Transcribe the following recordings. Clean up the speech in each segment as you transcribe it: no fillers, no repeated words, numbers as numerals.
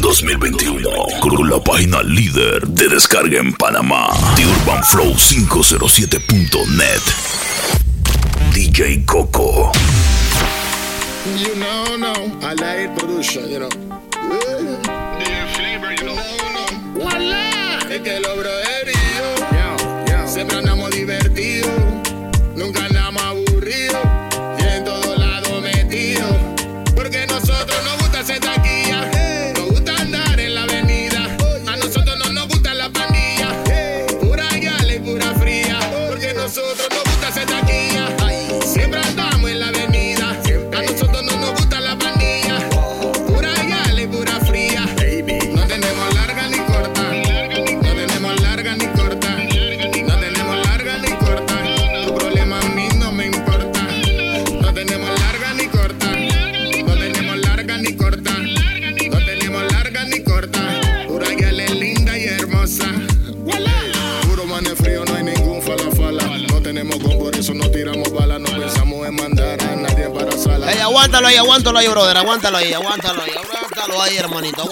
2021 con la página líder de descarga en Panamá, TheUrbanFlow507.net. DJ Coco. You know, no, I like production, you know. The flavor, you know. Voila, es que lo broderío, siempre andamos divertidos, nunca andamos aburridos, y en todo lado metidos, porque nosotros nos gusta hacer taquilla, nos gusta andar en la avenida, a nosotros no nos gusta la pandilla, pura gala y pura fría, porque nosotros nos gusta hacer taquilla, siempre andamos en la avenida, a nosotros no nos gusta la pandilla, pura gala y pura fría, no tenemos larga ni corta, no tenemos larga ni corta, no tenemos larga ni corta, tu problema a mí no me importa, no tenemos larga ni corta, no tenemos larga ni corta, no tenemos larga ni corta, pura gala es linda y hermosa, puro manes frío, no hay ningún fala, no tenemos con, por eso no tiramos balas, no pensamos en mandar a nadie para sala. Ey, aguántalo ahí, brother, aguántalo ahí, hermanito,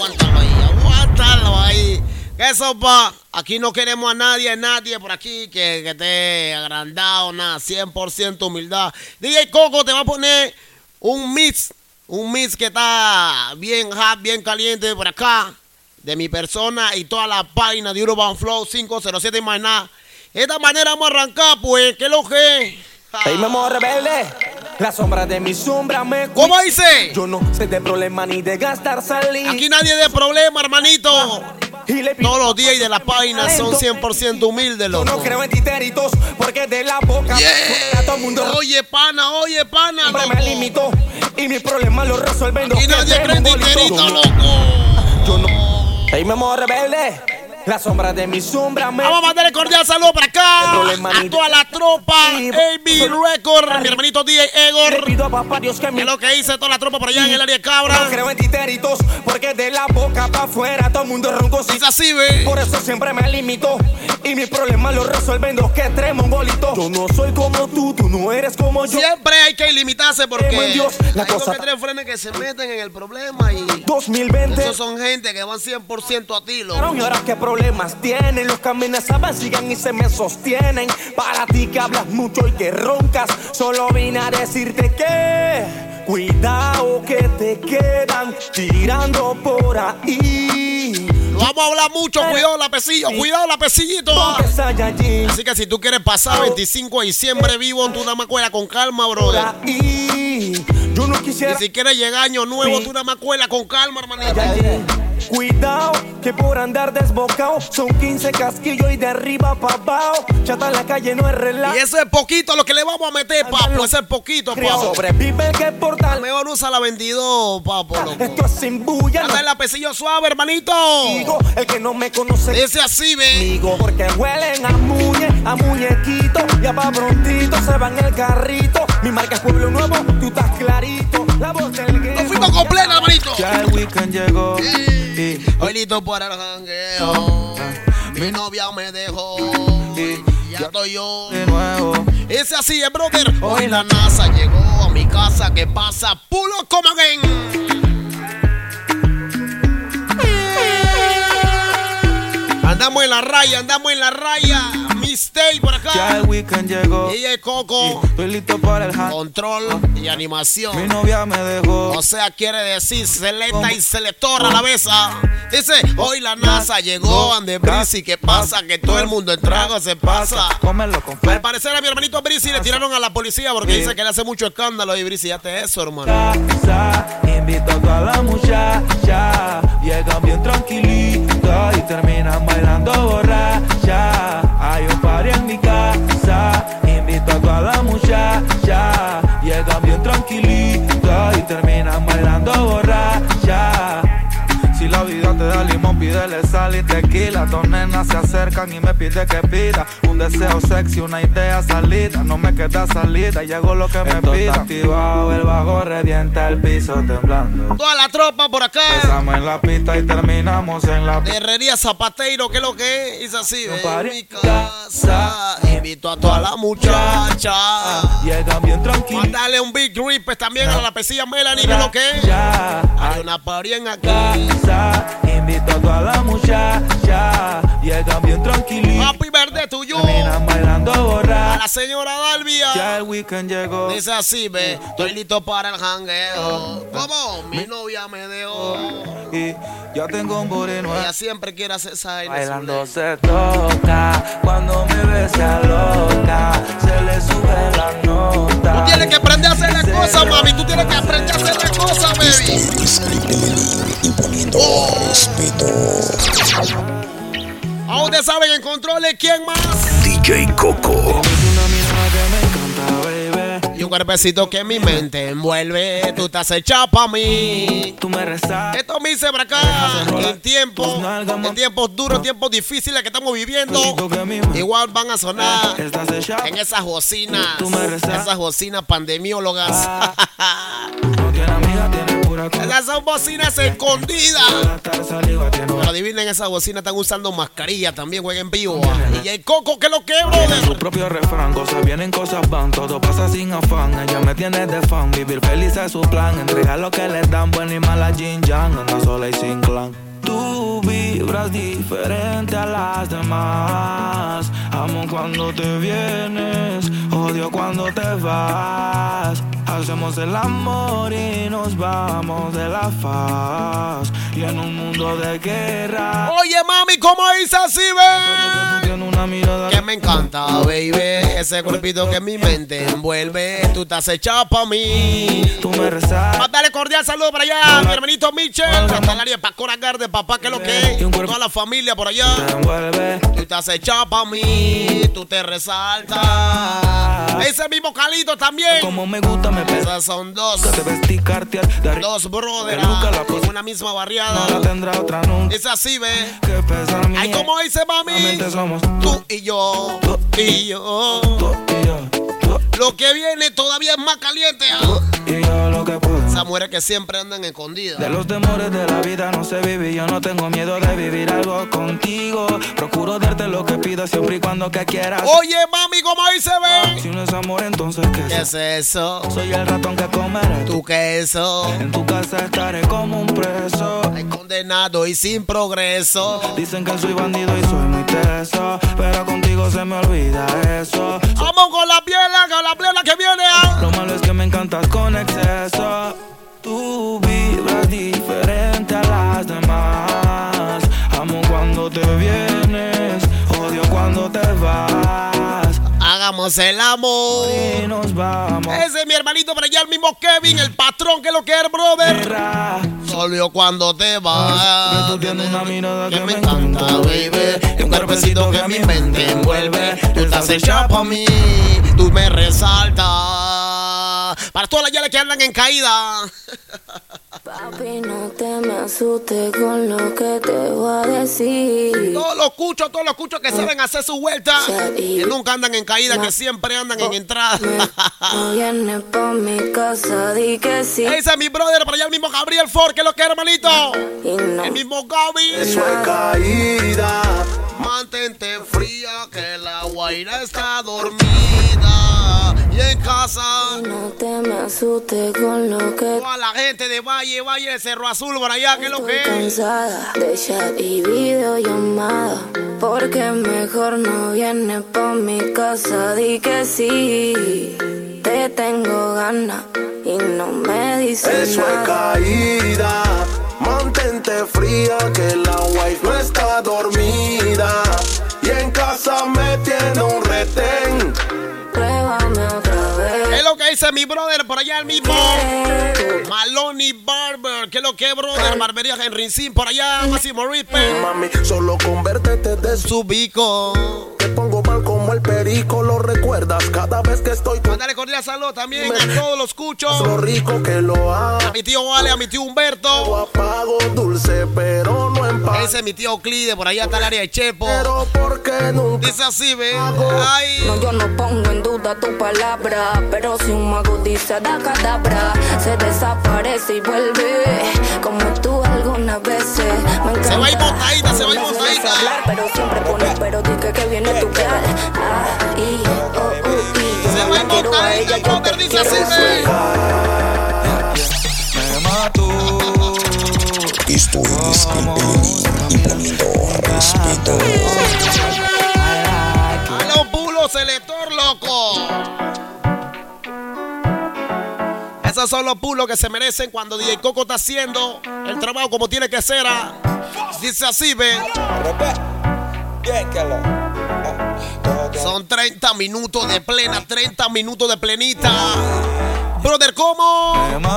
aguántalo ahí. ¿Qué sopa? Aquí no queremos a nadie por aquí que esté agrandado, nada, 100% humildad. DJ Coco te va a poner un mix que está bien hot, bien caliente por acá, de mi persona y toda la página de Urban Flow 507 y más nada. De esta manera vamos a arrancar, pues, ¿qué es lo que? Hey, mi amor rebelde, la sombra de mi sombra me cuida. ¿Cómo dice? Yo no sé de problema ni de gastar salir. Aquí nadie de problema, hermanito. Todos los días y de la página son 100% humildes, Yo loco. no creo en titeritos porque de la boca a todo el mundo. Oye, pana, Siempre loco. me limitó y mis problemas los resuelven. Aquí nadie cree en titerito, loco. Yo no. Hey, mi amor rebelde, la sombra de mi sombra me. Vamos a mandarle cordial saludo para acá El problema a ni toda la tropa AB Record, mi hermanito DJ Le Egor. pido a papá Dios que Que me. es lo que hice toda la tropa por allá en el área de Cabra. No creo en titeritos porque de la boca para afuera todo el mundo ronco. Es así, ve. Por eso siempre me limito y mis problemas los resuelven dos que tres mongolitos. Yo no soy como tú no eres como yo. Siempre hay que limitarse porque Creo en Dios, la hay dos cosa- que tres frenes que se meten en el problema y 2020. esos son gente que van 100% a ti, loco. Y ahora qué problemas tienen, los que amenazaban siguen y se me sostienen. Para ti que hablas mucho y que roncas, solo vine a decirte que cuidado que te quedan tirando por ahí. Vamos a hablar mucho, cuidado la pesillito. Porque Saiyajin Así que si tú quieres pasar 25 de diciembre vivo en tu damacuela con calma, por brother. ahí. Yo no Y quisiera. si quieres llegar año nuevo, tú damacuela con calma, hermanito. Cuidado, que por andar desbocado son 15 casquillos y de arriba para abajo. Chata en la calle no es relajo. Y eso es poquito lo que le vamos a meter, papo. Eso es poquito, papo. Sobrevive el que portal. Mejor usa la 22, papo, loco. Esto es sin bulla. Anda en la pesillo suave, hermanito. Digo, el que no me conoce Dice así, ve. conmigo, porque huelen a muñequito y a pa' prontito se va en el carrito. Mi marca es Pueblo Nuevo, tú estás clarito. La voz del Nos fuimos completos, hermanito. Ya el weekend llegó y Hoy listo para el jangueo. Mi novia me dejó. Ya estoy yo. de nuevo. Ese así es, brother. Hoy la NASA llegó a mi casa. ¿Qué pasa? Pulo como again. Andamos en la raya. Mistake por Ya acá. el weekend llegó Y el Coco. estoy listo para el hand. Control y Mi animación. novia me dejó. O sea, quiere decir selecta y selectora a la vez. Dice, hoy la NASA llegó ande Brisi. ¿Qué pasa? Que todo el mundo en trago se pasa. Cómelo con Al parecer a mi hermanito Brisi le tiraron a la policía porque dice que le hace mucho escándalo. Y Brisi, ya te eso, hermano. casa. Invito a toda la muchacha. Llegan bien tranquilita y terminan bailando borracha. Hay un party en mi casa. Invito a toda la muchacha. Llegan bien tranquilita y terminan bailando borracha. Si la vida te da limón, pídele sal y tequila. Dos nenas se acercan y me pide que pida un deseo sexy, una idea salida. No me queda salida, llego lo que me pida. Activado, el bajo revienta el piso temblando. Toda la tropa por acá. Empezamos en la pista y terminamos en la De Herrería Zapateiro, ¿qué es lo que es? Dice así, Un ve. party En mi casa. Invito a toda la muchacha. Llegan bien tranquilos. Mándale un big grip también a la pesilla Melanie, ¿qué es lo que es? Ya Hay una party en aquí. casa. invito a toda la muchacha. Llegan bien tranquilitos. Happy birthday to you. Terminan bailando A borracha. la señora Dalvia. Ya el weekend llegó. Dice así, ve, estoy listo para el jangueo. ¿Cómo? Mi novia me dejó. Y ya tengo un body nuevo. Ella siempre quiere hacer esa Bailando se toca, cuando me besa loca, se le sube la nota. Tú tienes que aprender a hacer las cosas, mami. Tú tienes que aprender a hacer las cosas, baby. Ahora ustedes saben en controles quién más. DJ Coco. Y un cuerpecito que mi mente envuelve. Tú estás hecha pa' mí. Tú me rezas. Esto me dice por acá. En tiempos duros, en tiempos difíciles que estamos viviendo, igual van a sonar en esas bocinas. Esas bocinas pandemiólogas. No tiene amiga, tiene pura cosa. Esas son bocinas escondidas. Pero adivinen, esas bocinas están usando mascarilla también, jueguen vivo. Y el Coco, que lo que, Su brother. propio refrán, cosas vienen, cosas van, todo pasa sin afán. Ella me tiene de fan, vivir feliz es su plan. Entregar lo que les dan, buena y mala Jin Yang, anda sola y sin clan. Tú vibras diferente a las demás. Amo cuando te vienes, odio cuando te vas. Hacemos el amor y nos vamos de la faz. Y en un mundo de guerra. Oye, mami, ¿cómo dice así, ve? Tiene una mirada Que me encanta, baby. Ese cuerpito que mi mente envuelve. Tú estás hecha pa' mí. tú me rezas. Dale cordial saludo para allá, mi hermanito Michel. Hasta el área de Pacora Garde, papá, que es lo que es. Toda la familia por allá. Te envuelve. Tú estás hecha pa' mí. Tú te resaltas. Ese mismo Calito también. Como me gusta, me pesa. Esas son dos. Que te vestí Cartier. De arriba Dos brothers Luca, la en una misma barriada. no la tendrá otra nunca. Es así, ve. Que pesa mi. Ay, como dice mami. Solamente somos Tú y yo. Y yo. tú y yo. Tú Lo que viene todavía es más caliente. y yo lo que puedo. Esas mujeres que siempre andan escondidas. De los temores de la vida no sé vivir. Yo no tengo miedo de vivir algo contigo. Procuro darte lo que pidas siempre y cuando que quieras. Oye, mami, como dice, ve. Si no es amor, entonces ¿qué ¿Qué es? es eso? Soy el ratón que comeré. ¿Tú qué es eso? En tu casa estaré como un preso. Hay condenado y sin progreso. Dicen que soy bandido y soy muy teso, pero contigo se me olvida eso. Vamos con la piela que viene. Lo malo es que me encantas con exceso. Tú vibras diferente a las demás. Amo cuando te vienes, odio cuando te vas. Hagamos el amor. Y nos vamos. Ese es mi hermanito por allá, el mismo Kevin, el patrón que lo que es, brother. Guerra. Solo cuando te vas. Tú tienes una mirada que me encanta, baby. Y un cuerpecito que mi mente envuelve. Tú estás hecha pa' mí. Tú me resaltas. Para todas las yales que andan en caída. Papi, no te me asustes con lo que te voy a decir. Todos los cuchos que saben hacer su vuelta. Que nunca andan en caída, que siempre andan en entrada. No vienes pa' mi casa, di que sí. Ese es mi brother, por allá el mismo Gabriel Ford, que es lo que es, hermanito. Y no, El mismo Gaby. Eso es caída. Mantente fría, que la guaira está dormida. Y en casa, no te me asustes con lo que toda la gente de Valle de Cerro Azul, por allá, que es lo estoy que es. cansada de chat y videollamada. Porque mejor no vienes pa' mi casa, di que sí. Te tengo ganas y no me dices Eso es nada. caída. Mantente fría que la wife no está dormida. Y en casa me tiene un retén. Pruébame otra vez. Es lo que dice mi brother, por allá el mismo Maloney Barber, que es lo que es, brother. Barbería Henry Sin, por allá, Máximo Rispe. Mami, solo convértete de su. Su bico. Te pongo mal como el perico, lo recuerdas cada vez que estoy con. Mándale cordial saludo también a todos los cuchos. Lo rico que lo A hago. mi tío Vale, a mi tío Humberto. Apago dulce, pero no en paz. Ese es mi tío Clide, por allá está el área de Chepo. Pero porque nunca. Dice así, ve. Ay. No, yo no pongo en duda tu palabra, pero si un mago dice da cadabra, se desaparece y vuelve, como tú algunas veces. Me encanta. Se va a ir botadita, se va a ir No sueles botadita. hablar, pero siempre pones, pero di que viene tu piel. Se va a ir botadita, el brother dice así, ve. Me mató. Esto es el Pelín imponiendo respeto. A los pulos selector, loco. Esos son los pulos que se merecen cuando DJ Coco está haciendo el trabajo como tiene que ser. Dice así, ve. Son 30 minutos de plena, 30 minutos de plenita. Brother, ¿cómo?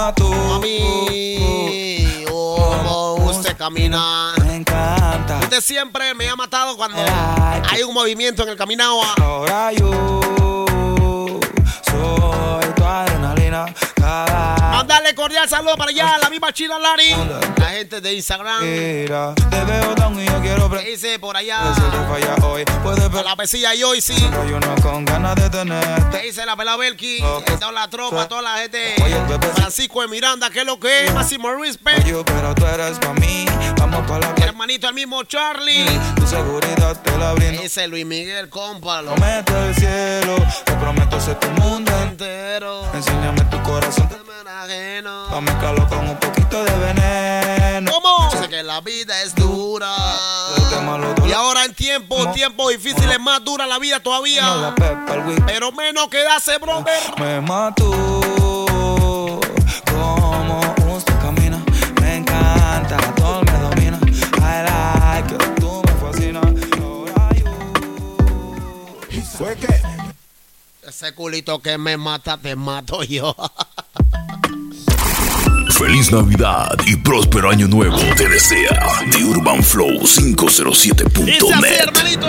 Mami, ¿cómo usted camina? Me encanta. Usted siempre me ha matado cuando hay un movimiento en el caminado. Ahora yo soy tu adrenalina. Mándale cordial saludo para allá a la misma China Lari, la gente de Instagram. Mira, te veo tan y yo quiero ¿Qué dice por allá? falla hoy. Puedes A ver la pesilla y hoy sí. yo no con ganas de tenerte. ¿Qué dice la pela Belki? Toda la tropa, toda la gente. Oye, bebé. Francisco de Miranda, ¿qué es lo que es? Máximo respect. Yo, pero tú eres pa' mí. Vamos pa' la Mi playa. hermanito, el mismo Charlie. Tu seguridad te la brindo. Dice Luis Miguel, cómpalo. Promete el cielo. Te prometo ser tu mundo Entero. Enséñame tu corazón. Ajeno. Pa' mezclarlo con un poquito de veneno. ¿Cómo? Sé que la vida es dura. Y ahora en tiempos difíciles más dura la vida No la todavía. pepa, el whisky Pero menos quedarse, brother. me mató. Como usted camina, me encanta, todo me domina. I like it, tú me fascinas. Ahora yo. ¿Fue qué? Ese culito que me mata, te mato yo. Feliz Navidad y próspero año nuevo te desea The Urban Flow Dice así, 507.net. hermanito,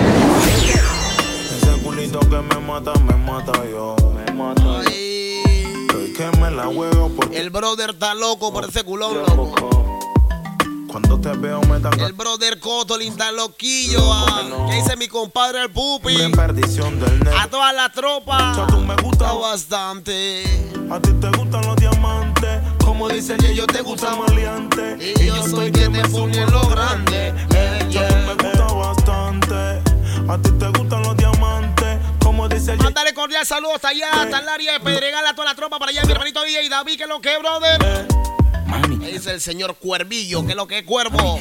Ese culito que me mata yo. Ay, Estoy que me la juego porque el brother está loco por ese culón, loco. cuando te veo me dan El brother Cotolin está loquillo. ¿Qué dice mi compadre el Pupi? en perdición del A negro. toda la tropa. Tú me gusta Bastante. A ti te gustan los diamantes, como dicen ellos te gustan maleantes. Y yo soy quien te pone en lo grande. Tú me gusta bastante. A ti te gustan los diamantes, como dice ellos. Mándale cordial saludos hasta allá, hasta el área de Pedregal, a toda la tropa para allá, mi hermanito DJ David, que es lo que es, brother. ¿Qué dice el señor Cuervillo? Que es lo que es Cuervo.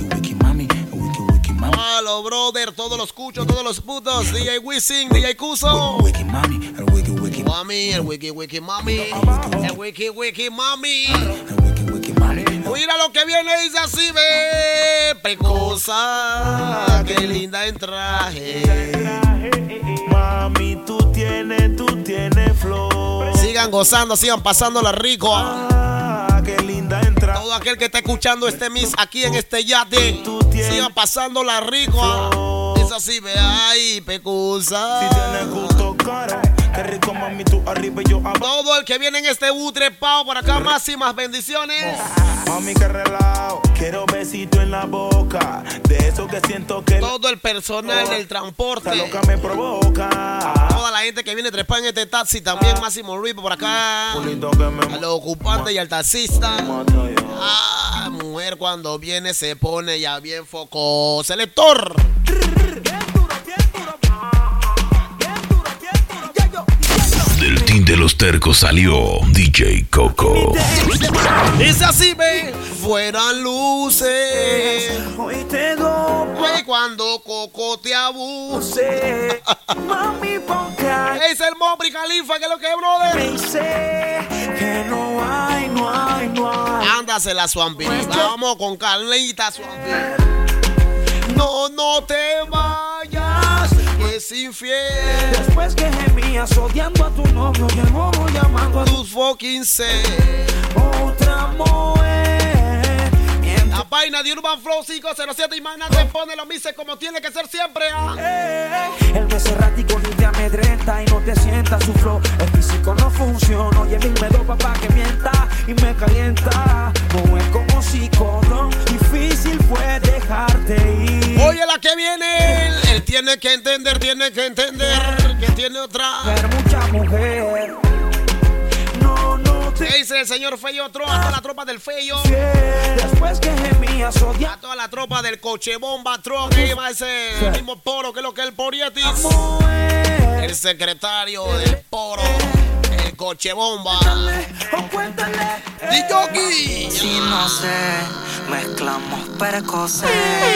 Halo, brother, todos los cuchos, todos los putos. DJ Wisin, DJ Cuso. Mami, el wiki mami. El wiki mami. Mira lo que viene, dice así, ve. Pecosa, qué linda en traje. Mami, tú tienes flow. Sigan gozando, sigan pasándola rico. Qué linda entrada. Todo aquel que está escuchando este mix aquí en este yate, sigan pasándola rico. Es así, ve ahí, Pecusa. Si tienes gusto caro, qué rico mami, tú arriba y yo abajo. Todo el que viene en este butrepao por acá, máximas bendiciones. Mami, que relajo, quiero besito en la boca. De eso que siento que Todo el personal del esa transporte. loca me provoca. Toda la gente que viene trepada en este taxi también, Máximo Ripo por acá. Culito que me A los ocupantes y al taxista. mato yo. Ah, mujer cuando viene se pone ya bien foco. Selector. Del team de los tercos salió DJ Coco. Dice así, ve. Fueran luces. Hoy te doy Güey, cuando Coco te abuse. mami, porque ahí Es el Mobri Califa, que es lo que es, brother. sé que no hay. Ándase la Swampy. Vamos con Carlita Swampy. No te vayas, que es infiel. Después que gemías odiando a tu novio y el mono llamando a Tus fucking sed. otra mujer. La página de Urban Flow 507 y más nada pone los mises como tiene que ser siempre. El beso errático ni te amedrenta y no te sienta su flow. El físico no funciona, oye, mil me doy papá que mienta y me calienta. No es como psicólogo, difícil fue dejarte ir. Oye, la que viene, él tiene que entender que tiene otra. Ver mucha mujer. No te ¿Qué dice el señor Feyo Tro? A toda la tropa del Feyo. después que gemías A odiando toda la tropa del Coche Bomba Tro. Que iba ese el mismo poro que es lo que es el Porietis. a mujer. El secretario del poro. El el coche bomba. O cuéntale. DJ. Si no sé, mezclamos percocet.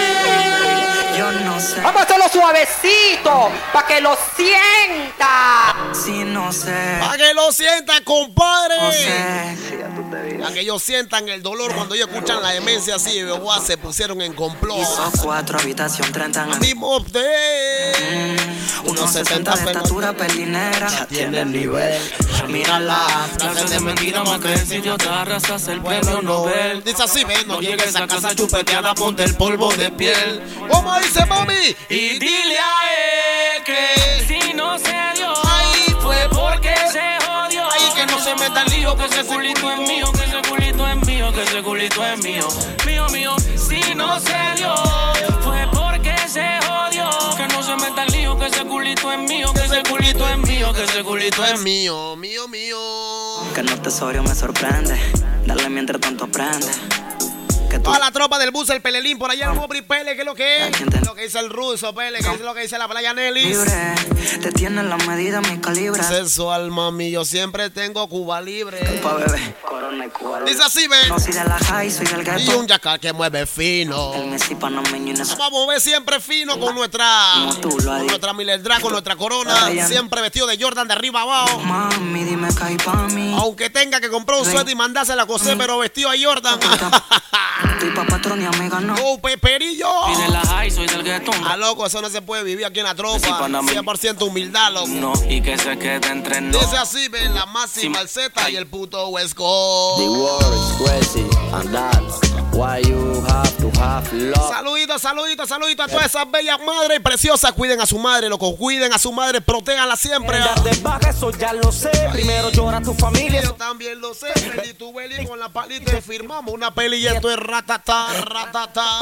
Yo no sé. Vamos a hacerlo suavecito, para que lo sienta. Si no sé. Para que lo sientan, compadre. No sé. Para que ellos sientan el dolor cuando ellos escuchan la demencia así, guau, se pusieron en complot. Piso 4, habitación 30 en el Mismo de 1.60 de estatura, pelinera. ya tiene el nivel. Mírala, frases de mentira más que el sitio te arrasas el premio Nobel. Dice así, ven, no llegues a casa chupeteada, ponte el polvo de piel. ¿Cómo dice mami? Y dile a él que si no se dio, Ay, fue porque se jodió. Ay, que no se meta el lío, que ese culito es mío, que ese culito es mío, que ese culito es mío, mío, mío. Si no se dio, fue porque se jodió. Que no se meta el lío, que ese culito es mío, que ese culito es mío, que ese culito es mío. mío, mío. Que no tesorio me sorprende, dale mientras tanto aprende. Que tú Toda la tropa del bus, el Pelelín, por allá el Mobri Pele, ¿qué es lo que es? ¿Quién te- Lo que dice el ruso Pele, ¿qué es lo que dice la playa Nelly? libre, te tienen la medida, mi calibre. Sensual, mami, yo siempre tengo Cuba libre. Pa' bebé, corona y cuba. Dice así, ven. No soy de la high, soy del Y ghetto. un yacal que mueve fino. El Messi panameño en eso. Vamos a mover siempre fino con nuestra Miller Drag, con nuestra corona. Siempre vestido de Jordan de arriba abajo. Mami, dime que hay pa' mí. Aunque tenga que comprar un suéter y mandársela a coser, pero vestido a Jordan. Estoy pa' patrón y amiga no. ¡Oh, Peperillo! Y de la high, soy del ghetto. Ah, loco, eso no se puede vivir aquí en la tropa. Sí, panameño. 100% humildad, loco. No, y que se quede entre nos. Dice así, ven, la máxima, el Z y el puto West The Coast. world is crazy, and that's why you have to have love. Saluditos, saluditos, saluditos a todas esas bellas madres preciosas. Cuiden a su madre, loco, cuiden a su madre, protéganla siempre. Dar de baja, eso ya lo sé. Primero llora tu familia. Yo también lo sé, Feli, tu Beli con la palita y firmamos una peli y esto es ratata, ratata.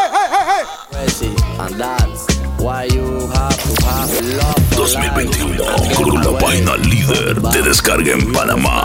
Crazy, and that's why you have to have love. 2021 con la página líder de descarga en Panamá,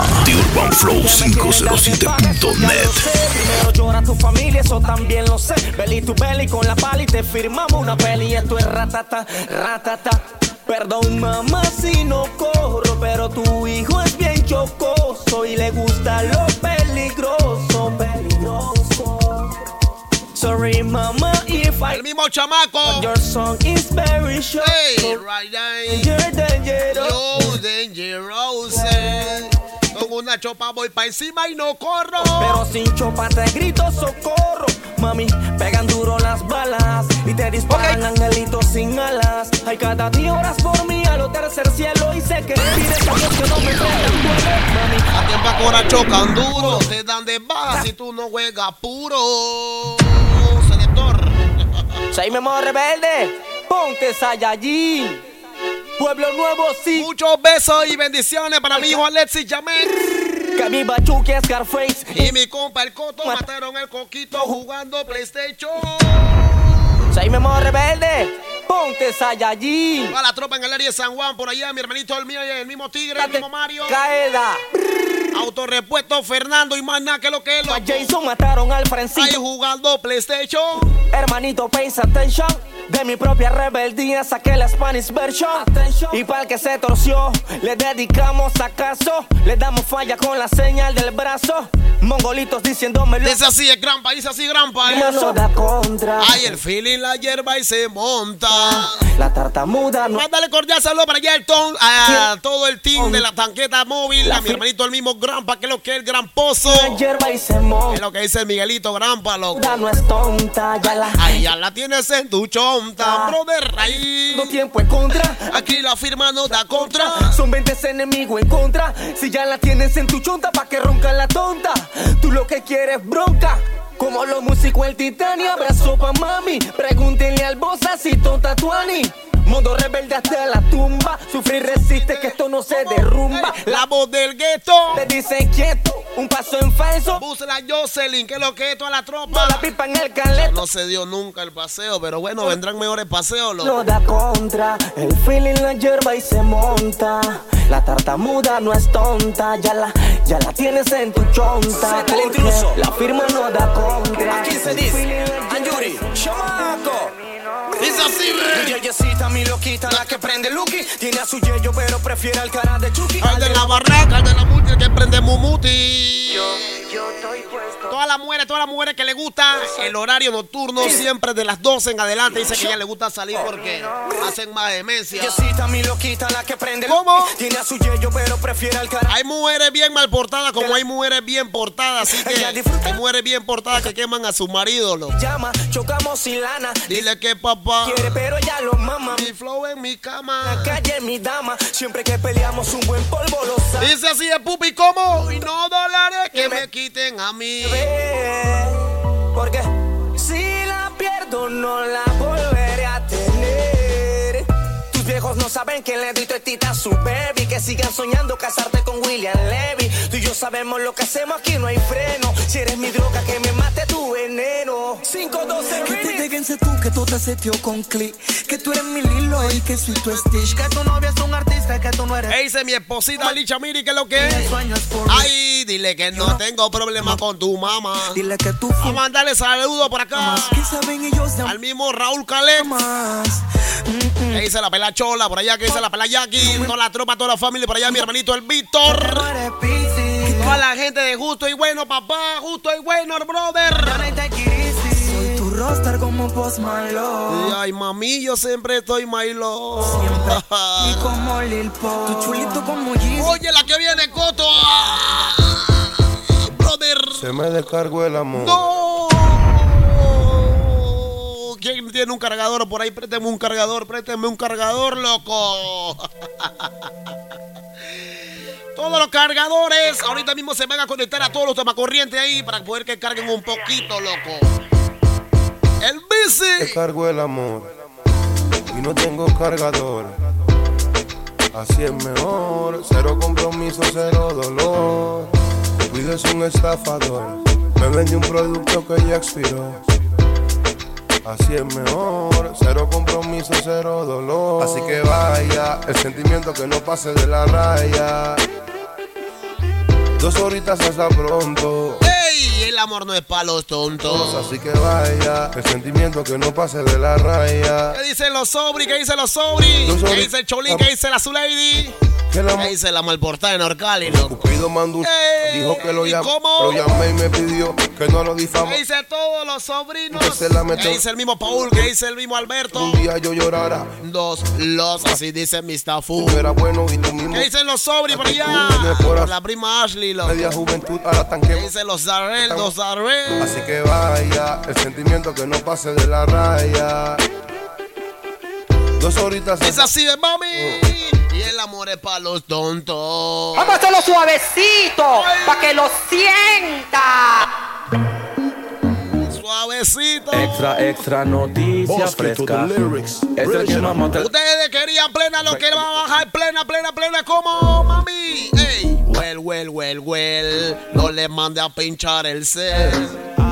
TheUrbanFlow507.net. Primero llora tu familia, eso también lo sé. Belly tu belly con la pala y te firmamos una peli y esto es ratata, ratata. Perdón mamá si no corro, pero tu hijo es bien chocoso y le gusta lo peligroso, peligroso. Sorry mama if I El mismo chamaco. your song is very short. Hey, right there. Danger, dangerous. Yo, dangerous. Con una chopa voy pa' encima y no corro. Pero sin chopa te grito socorro. Mami, pegan duro las balas y te disparan angelitos sin alas. Hay cada día horas por mí a lo tercer cielo y sé que pides amor que no me entregan duele. Mami, A tiempo ahora chocan duro. Te dan de baja si tú no juegas puro. Selector. soy Memo Rebelde, ponte Saiyajin. Pueblo Nuevo, sí. Muchos besos y bendiciones para mi hijo Alexis Yamet. Que mi bachuque es Scarface. Y mi compa el Coto mataron el coquito jugando PlayStation. Soy Memo Rebelde, ponte Saiyajin. Toda la tropa en el área de San Juan, por allá, mi hermanito el mío y el mismo Tigre, el mismo Mario. Caeda. Autorepuesto Fernando y más nada que lo que es A loco. Jason mataron al Ahí Francito. jugando PlayStation. Hermanito, pays attention. De mi propia rebeldía saqué la Spanish version. Y para el que se torció, le dedicamos acaso. Le damos falla con la señal del brazo. Mongolitos diciéndomelo. Dice así el Grampa, dice así Grampa. Mano da contra. Ay, el feeling la hierba y se monta. La tartamuda no. Mándale cordial saludo para allá el ton, a todo el team de la tanqueta móvil, a mi hermanito el mismo Grampa, que es lo que es el Gran Pozo. La hierba y se monta. Es lo que dice el Miguelito Grampa, loco. No es tonta, ya la. Ahí ya la tienes en tu chonta, brother, ahí. No tiempo en contra. Aquí la firma no da contra. Son 20 enemigos en contra. Si ya la tienes en tu chonta, pa' que ronca la tonta. Tú lo que quieres bronca. Como los músicos el titanio, abrazo pa' mami. Pregúntenle al bossa si tonta tuani. Modo rebelde hasta la tumba. Sufrir resiste que esto no se derrumba. La voz del gueto. Te dicen quieto, un paso en falso. Busla Jocelyn, que es lo que es toda la tropa. No la pipa en el caleto. No se dio nunca el paseo, pero bueno, vendrán mejores paseos, loco. No da contra, el feeling la hierba y se monta. La tartamuda no es tonta, ya la tienes en tu chonta. El intruso. La firma no da contra. Aquí se dice, Anjuri, chamaco. Dice así, ve. Yeyecita, mi loquita, la que prende Lucky. Tiene a su yeyo, pero prefiere el cara de Chucky. Al de la barraca, al de la multi, que prende Mumuti. Yo estoy puesto. Todas las mujeres que le gusta el horario nocturno, siempre de las 12 en adelante, dice que a ella le gusta salir porque hacen más demencia. Yeyecita, mi loquita, la que prende ¿Cómo? Lucky. Tiene a su yeyo, pero prefiere el cara. Hay mujeres bien mal portadas como hay mujeres bien portadas, así que hay mujeres bien portadas que queman a su marido, loco. Llama, chocamos sin lana. Dile que papá quiere, pero ya lo mama. Mi flow en mi cama. La calle mi dama. Siempre que peleamos un buen polvo lo sabe. Dice así de pupi como y no dólares que me quiten a mí. Porque si la pierdo no la volveré a tener. Tus viejos no saben que le doy teta a su baby. Que sigan soñando casarte con William Levy. Tú y yo sabemos lo que hacemos, aquí no hay freno. Si eres mi droga, que me mate tu veneno. 5-12 que te déguense tú, que todo te setió con click. Que tú eres mi Lilo y que soy tu Stitch. Que tu novia es un artista, que tú no eres. Dice mi esposita Licha Miri, que lo que es. Ay, dile que no tengo problema con tu mamá. Dile que tú vamos a mandarle saludos por acá. Que saben ellos de al mismo Raúl Caleb. Que dice la pela Chola por allá, que dice la pela Jackie. Toda la tropa, toda la familia por allá, mi hermanito el Víctor. Toda la gente de Justo y Bueno, papá. Justo y Bueno, brother. Soy tu roster como Post Malone. Ay, mami, yo siempre estoy Milo. Siempre. Y como Lil Pop. Tu chulito como Yeezy. Oye, la que viene, Coto. Brother. Se me descargó el amor. ¡No! ¿Quién tiene un cargador por ahí? Présteme un cargador, loco. Todos los cargadores ahorita mismo se van a conectar a todos los tomacorrientes ahí para poder que carguen un poquito, loco. El bici. Descargó el amor y no tengo cargador. Así es mejor, cero compromiso, cero dolor. Cuido es un estafador, me vendió un producto que ya expiró. Así es mejor, cero compromiso, cero dolor. Así que vaya, el sentimiento que no pase de la raya. 2 horitas hasta pronto. ¡Ey! El amor no es pa' los tontos. Así que vaya, el sentimiento que no pase de la raya. ¿Qué dicen los sobri? ¿Qué dicen los sobri? ¿Qué dice el Cholín? ¿Qué dice la Zulady? ¿Qué dice la malportada de Norcali, loco? Cupido mandó, dijo que lo llamé y me pidió que no lo difame. ¿Qué dice todos los sobrinos? ¿Qué dice el mismo Paul? ¿Qué dice el mismo Alberto? Un día yo llorara. Así dice Mr. Fu. Era bueno y tú mismo. ¿Qué dicen los sobri por allá? Por la prima Ashley, loco. Media juventud a la tanque. ¿Qué dicen los Darrell? Así que vaya, el sentimiento que no pase de la raya. 2 horitas. Es así de mami. Y el amor es para los tontos. Vamos a hacerlo suavecito, para que lo sienta. Suavecito. Extra noticias frescas. Ustedes querían plena, lo que va a bajar plena. ¿Cómo, mami? Ey, well. No le mande a pinchar el cel.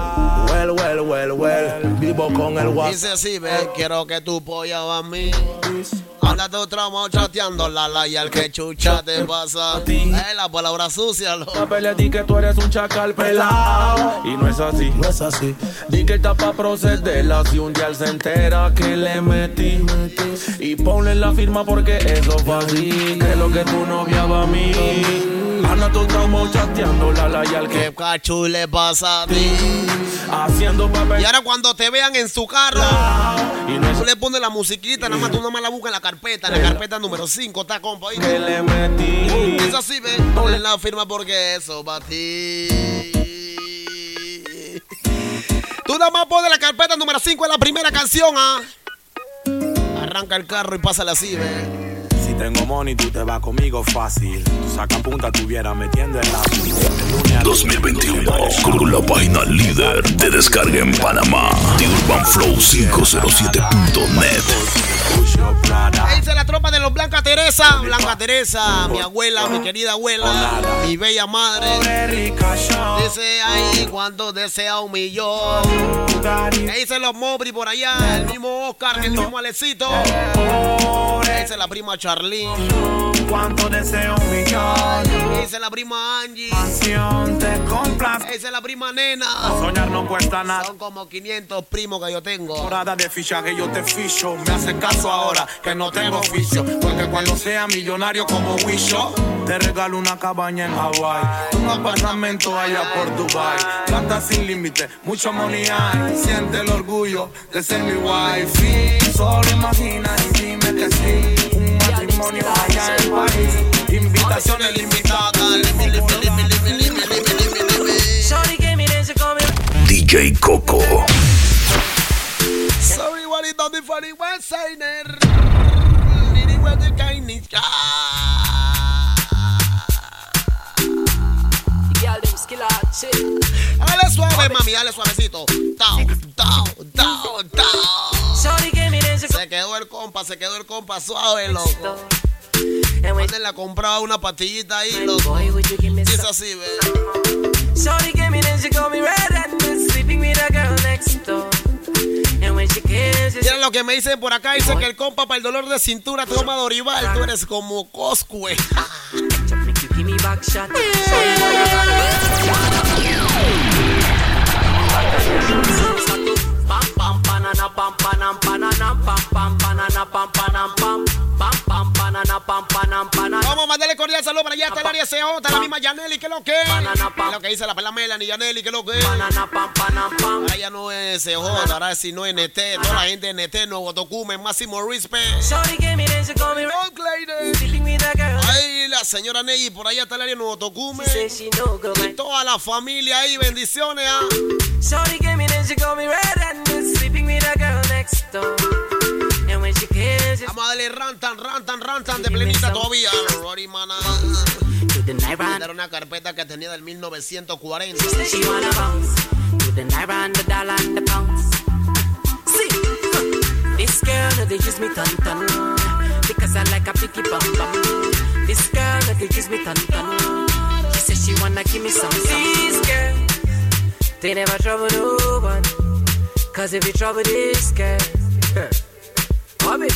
Vivo con el WhatsApp. Dice así, ve, quiero que tu polla va a mí. Anda tu tramo chateando la y al que chucha te pasa. La palabra sucia, loco. La pelea di que tú eres un chacal pelado. Y no es así. Di que está pa' procederla. Si un día él se entera que le metí. Y ponle la firma porque eso fue así. Que lo que tu novia va a mí. Anda tu tramo chateando la y al que cachu le pasa a ti. Haciendo papel. Y ahora cuando te vean en su carro, tú le pones la musiquita, nada más tú la buscas en la carpeta número 5, está compa ahí. Que le metí. Es así, ve, ponle la firma porque eso va a ti. Tú nada más pones la carpeta número 5 en la primera canción, Arranca el carro y pásale así, ve. Si tengo money, tú te vas conmigo fácil. Tu sacapunta tuviera metiendo el lápiz. 2021 con la página líder de descarga en Panamá, The Urban Flow 507.net. Ahí dice la tropa de los Blanca Teresa. Blanca Teresa, mi abuela, mi querida abuela, mi bella madre. Dice ahí cuando desea un millón. Ahí dice los Mobri por allá, el mismo Oscar, el mismo Alecito. Ahí dice la prima Charlene. cuánto deseo un millón. Esa es la prima Angie. Pasión te complace. Esa es la prima Nena. Soñar no cuesta nada. Son como 500 primos que yo tengo. Temporada de fichaje yo te ficho. Me hace caso ahora que no tengo oficio. Porque cuando sea millonario como Wisho, te regalo una cabaña en Hawái, un apartamento allá por Dubai. Plata sin límite, mucho money hay. Siente el orgullo de ser mi wifi. Solo imagina y dime que sí. Un matrimonio allá en París. Invitaciones limitadas. DJ Coco. Sorry, what it done for the West Sider. Dale suave, mami, dale suavecito. Down. Se quedó el compa suave, loco. Antes le compraba una pastillita ahí, loco. Y es así, ve. Mira lo que me dicen por acá. Dice que el compa para el dolor de cintura toma Dorival. Tú eres como Coscue. Vamos a mandarle cordial saludo para allá. Está el área CJ, la misma Yaneli, que lo que es. Lo que dice la pela Melanie, Yaneli, que lo que es. Ahora ya no es CJ, ahora si no es NT. Toda la gente de NT, Nuevo Tocumen, máximo respect. Ay, la señora Neyi, por allá está el área Nuevo Tocumen. Y toda la familia ahí, bendiciones. Vamos a darle rantan de plenita todavía. Rory Mana. Era una carpeta que tenía del 1940. This girl, they use me tan because I like a picky bum bum. This girl, they use me tan she says she wanna give me some. This girl, they never trouble no one. Cause if you trouble this girl, Bobby.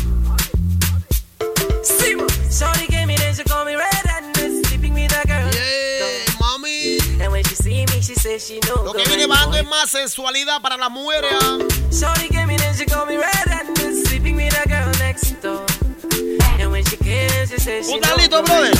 Shorty gave me then she call me red and sleeping with a girl. Yeah, mami. And when she see me, she says she knows. Lo que viene bajando es más sensualidad para las mujeres. Shorty gave me then she call me red and sleeping with a girl next door. And when she cares, she says she knows. Brother.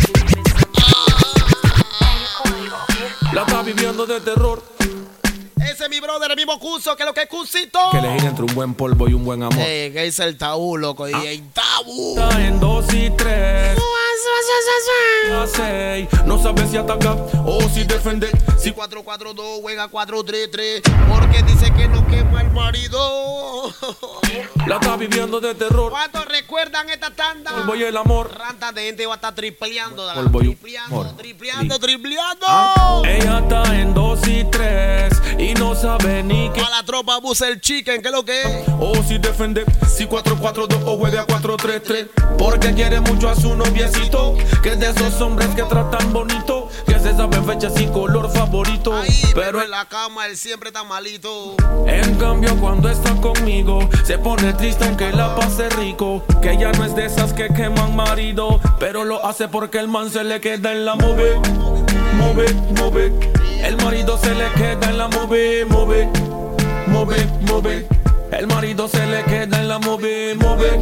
La está viviendo de terror. Ese es mi brother, el mismo curso que lo que es cursito. Que elegir entre un buen polvo y un buen amor. Que dice el tabú, loco. Y el tabú. Está en 2 y 3. A 6. No sabes si atacar o si defender. Si 4-4-2 juega 4-3-3. Porque dice que no quema el marido. La está viviendo de terror. ¿Cuántos recuerdan esta tanda? Polvo y el amor. Ranta de gente va a estar tripleando. Tripleando. Ella está en 2 y 3. Y no sabe ni qué. A la tropa abusa el chicken, ¿qué es lo que es? O si defiende, si 4-4-2 o juega 4-3-3. Porque quiere mucho a su noviecito. Que es de esos hombres que tratan bonito. Que se saben fechas y color favorito. Ay, pero en la cama él siempre está malito. En cambio cuando está conmigo se pone triste aunque la pase rico. Que ella no es de esas que queman marido. Pero lo hace porque el man se le queda en la move. El marido se le queda en la move. El marido se le queda en la move.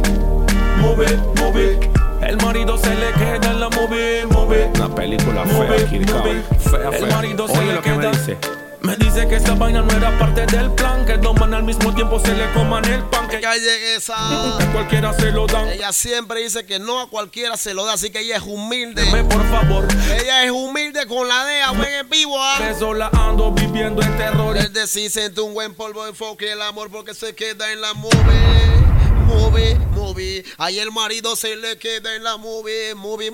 El marido se le queda en la move. Una película fea, Kid Cudi. Fea. El marido se Oye le lo que queda. me dice. Me dice que esa vaina no era parte del plan. Que dos manes al mismo tiempo se le coman el pan. Que esa. a cualquiera se lo dan. Ella siempre dice que no a cualquiera se lo da. Así que ella es humilde. Deme por favor. Ella es humilde con la DEA. Buen en vivo. Eso la ando viviendo en terror. Es decir, siente un buen polvo de enfoque el amor porque se queda en la move. Ahí el marido se le queda en la movie.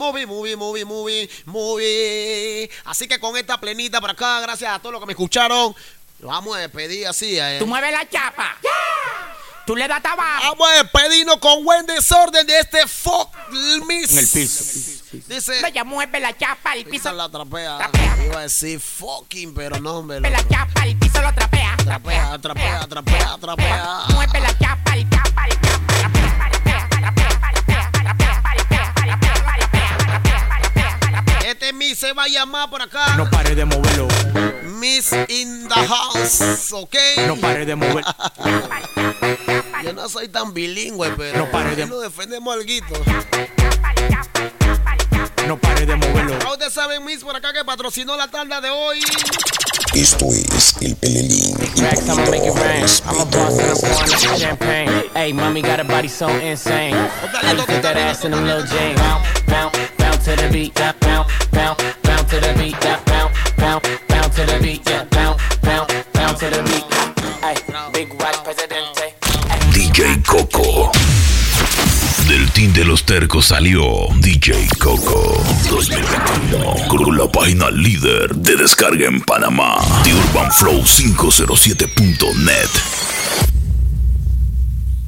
Así que con esta plenita por acá, gracias a todos los que me escucharon, lo vamos a despedir así. Tú mueves la chapa. Tú le das tabaco. Vamos a despedirnos con buen desorden de este fuck miss. En el piso. Dice. Ella mueve la chapa, el piso. La trapea. Iba a decir fucking, pero no, hombre. Mueve la chapa, el piso lo trapea. Trapea. Mueve la chapa, el chapa. y se va a llamar por acá. No pare de moverlo. Miss in the house, ¿ok? No pare de mover. Yo no soy tan bilingüe, pero no pare de... lo defendemos alguito. No pare de moverlo. ¿A ustedes saben, Miss, por acá que patrocinó la tanda de hoy? Esto es el Pelelín. I'ma make it rain. I'm a boss and I'm pouring up champagne. Hey, mommy got a body so insane. I just put that ass in them little jeans. Bounce, bounce to the beat. Bounce, bounce, bounce to the beat. Bounce, bounce, bounce to the beat. Bounce, bounce, bounce to the beat. Hey, big watch presidente. DJ Coco. Del team de los tercos salió DJ Coco 2021 con la página líder de descarga en Panamá, The Urban Flow 507.net.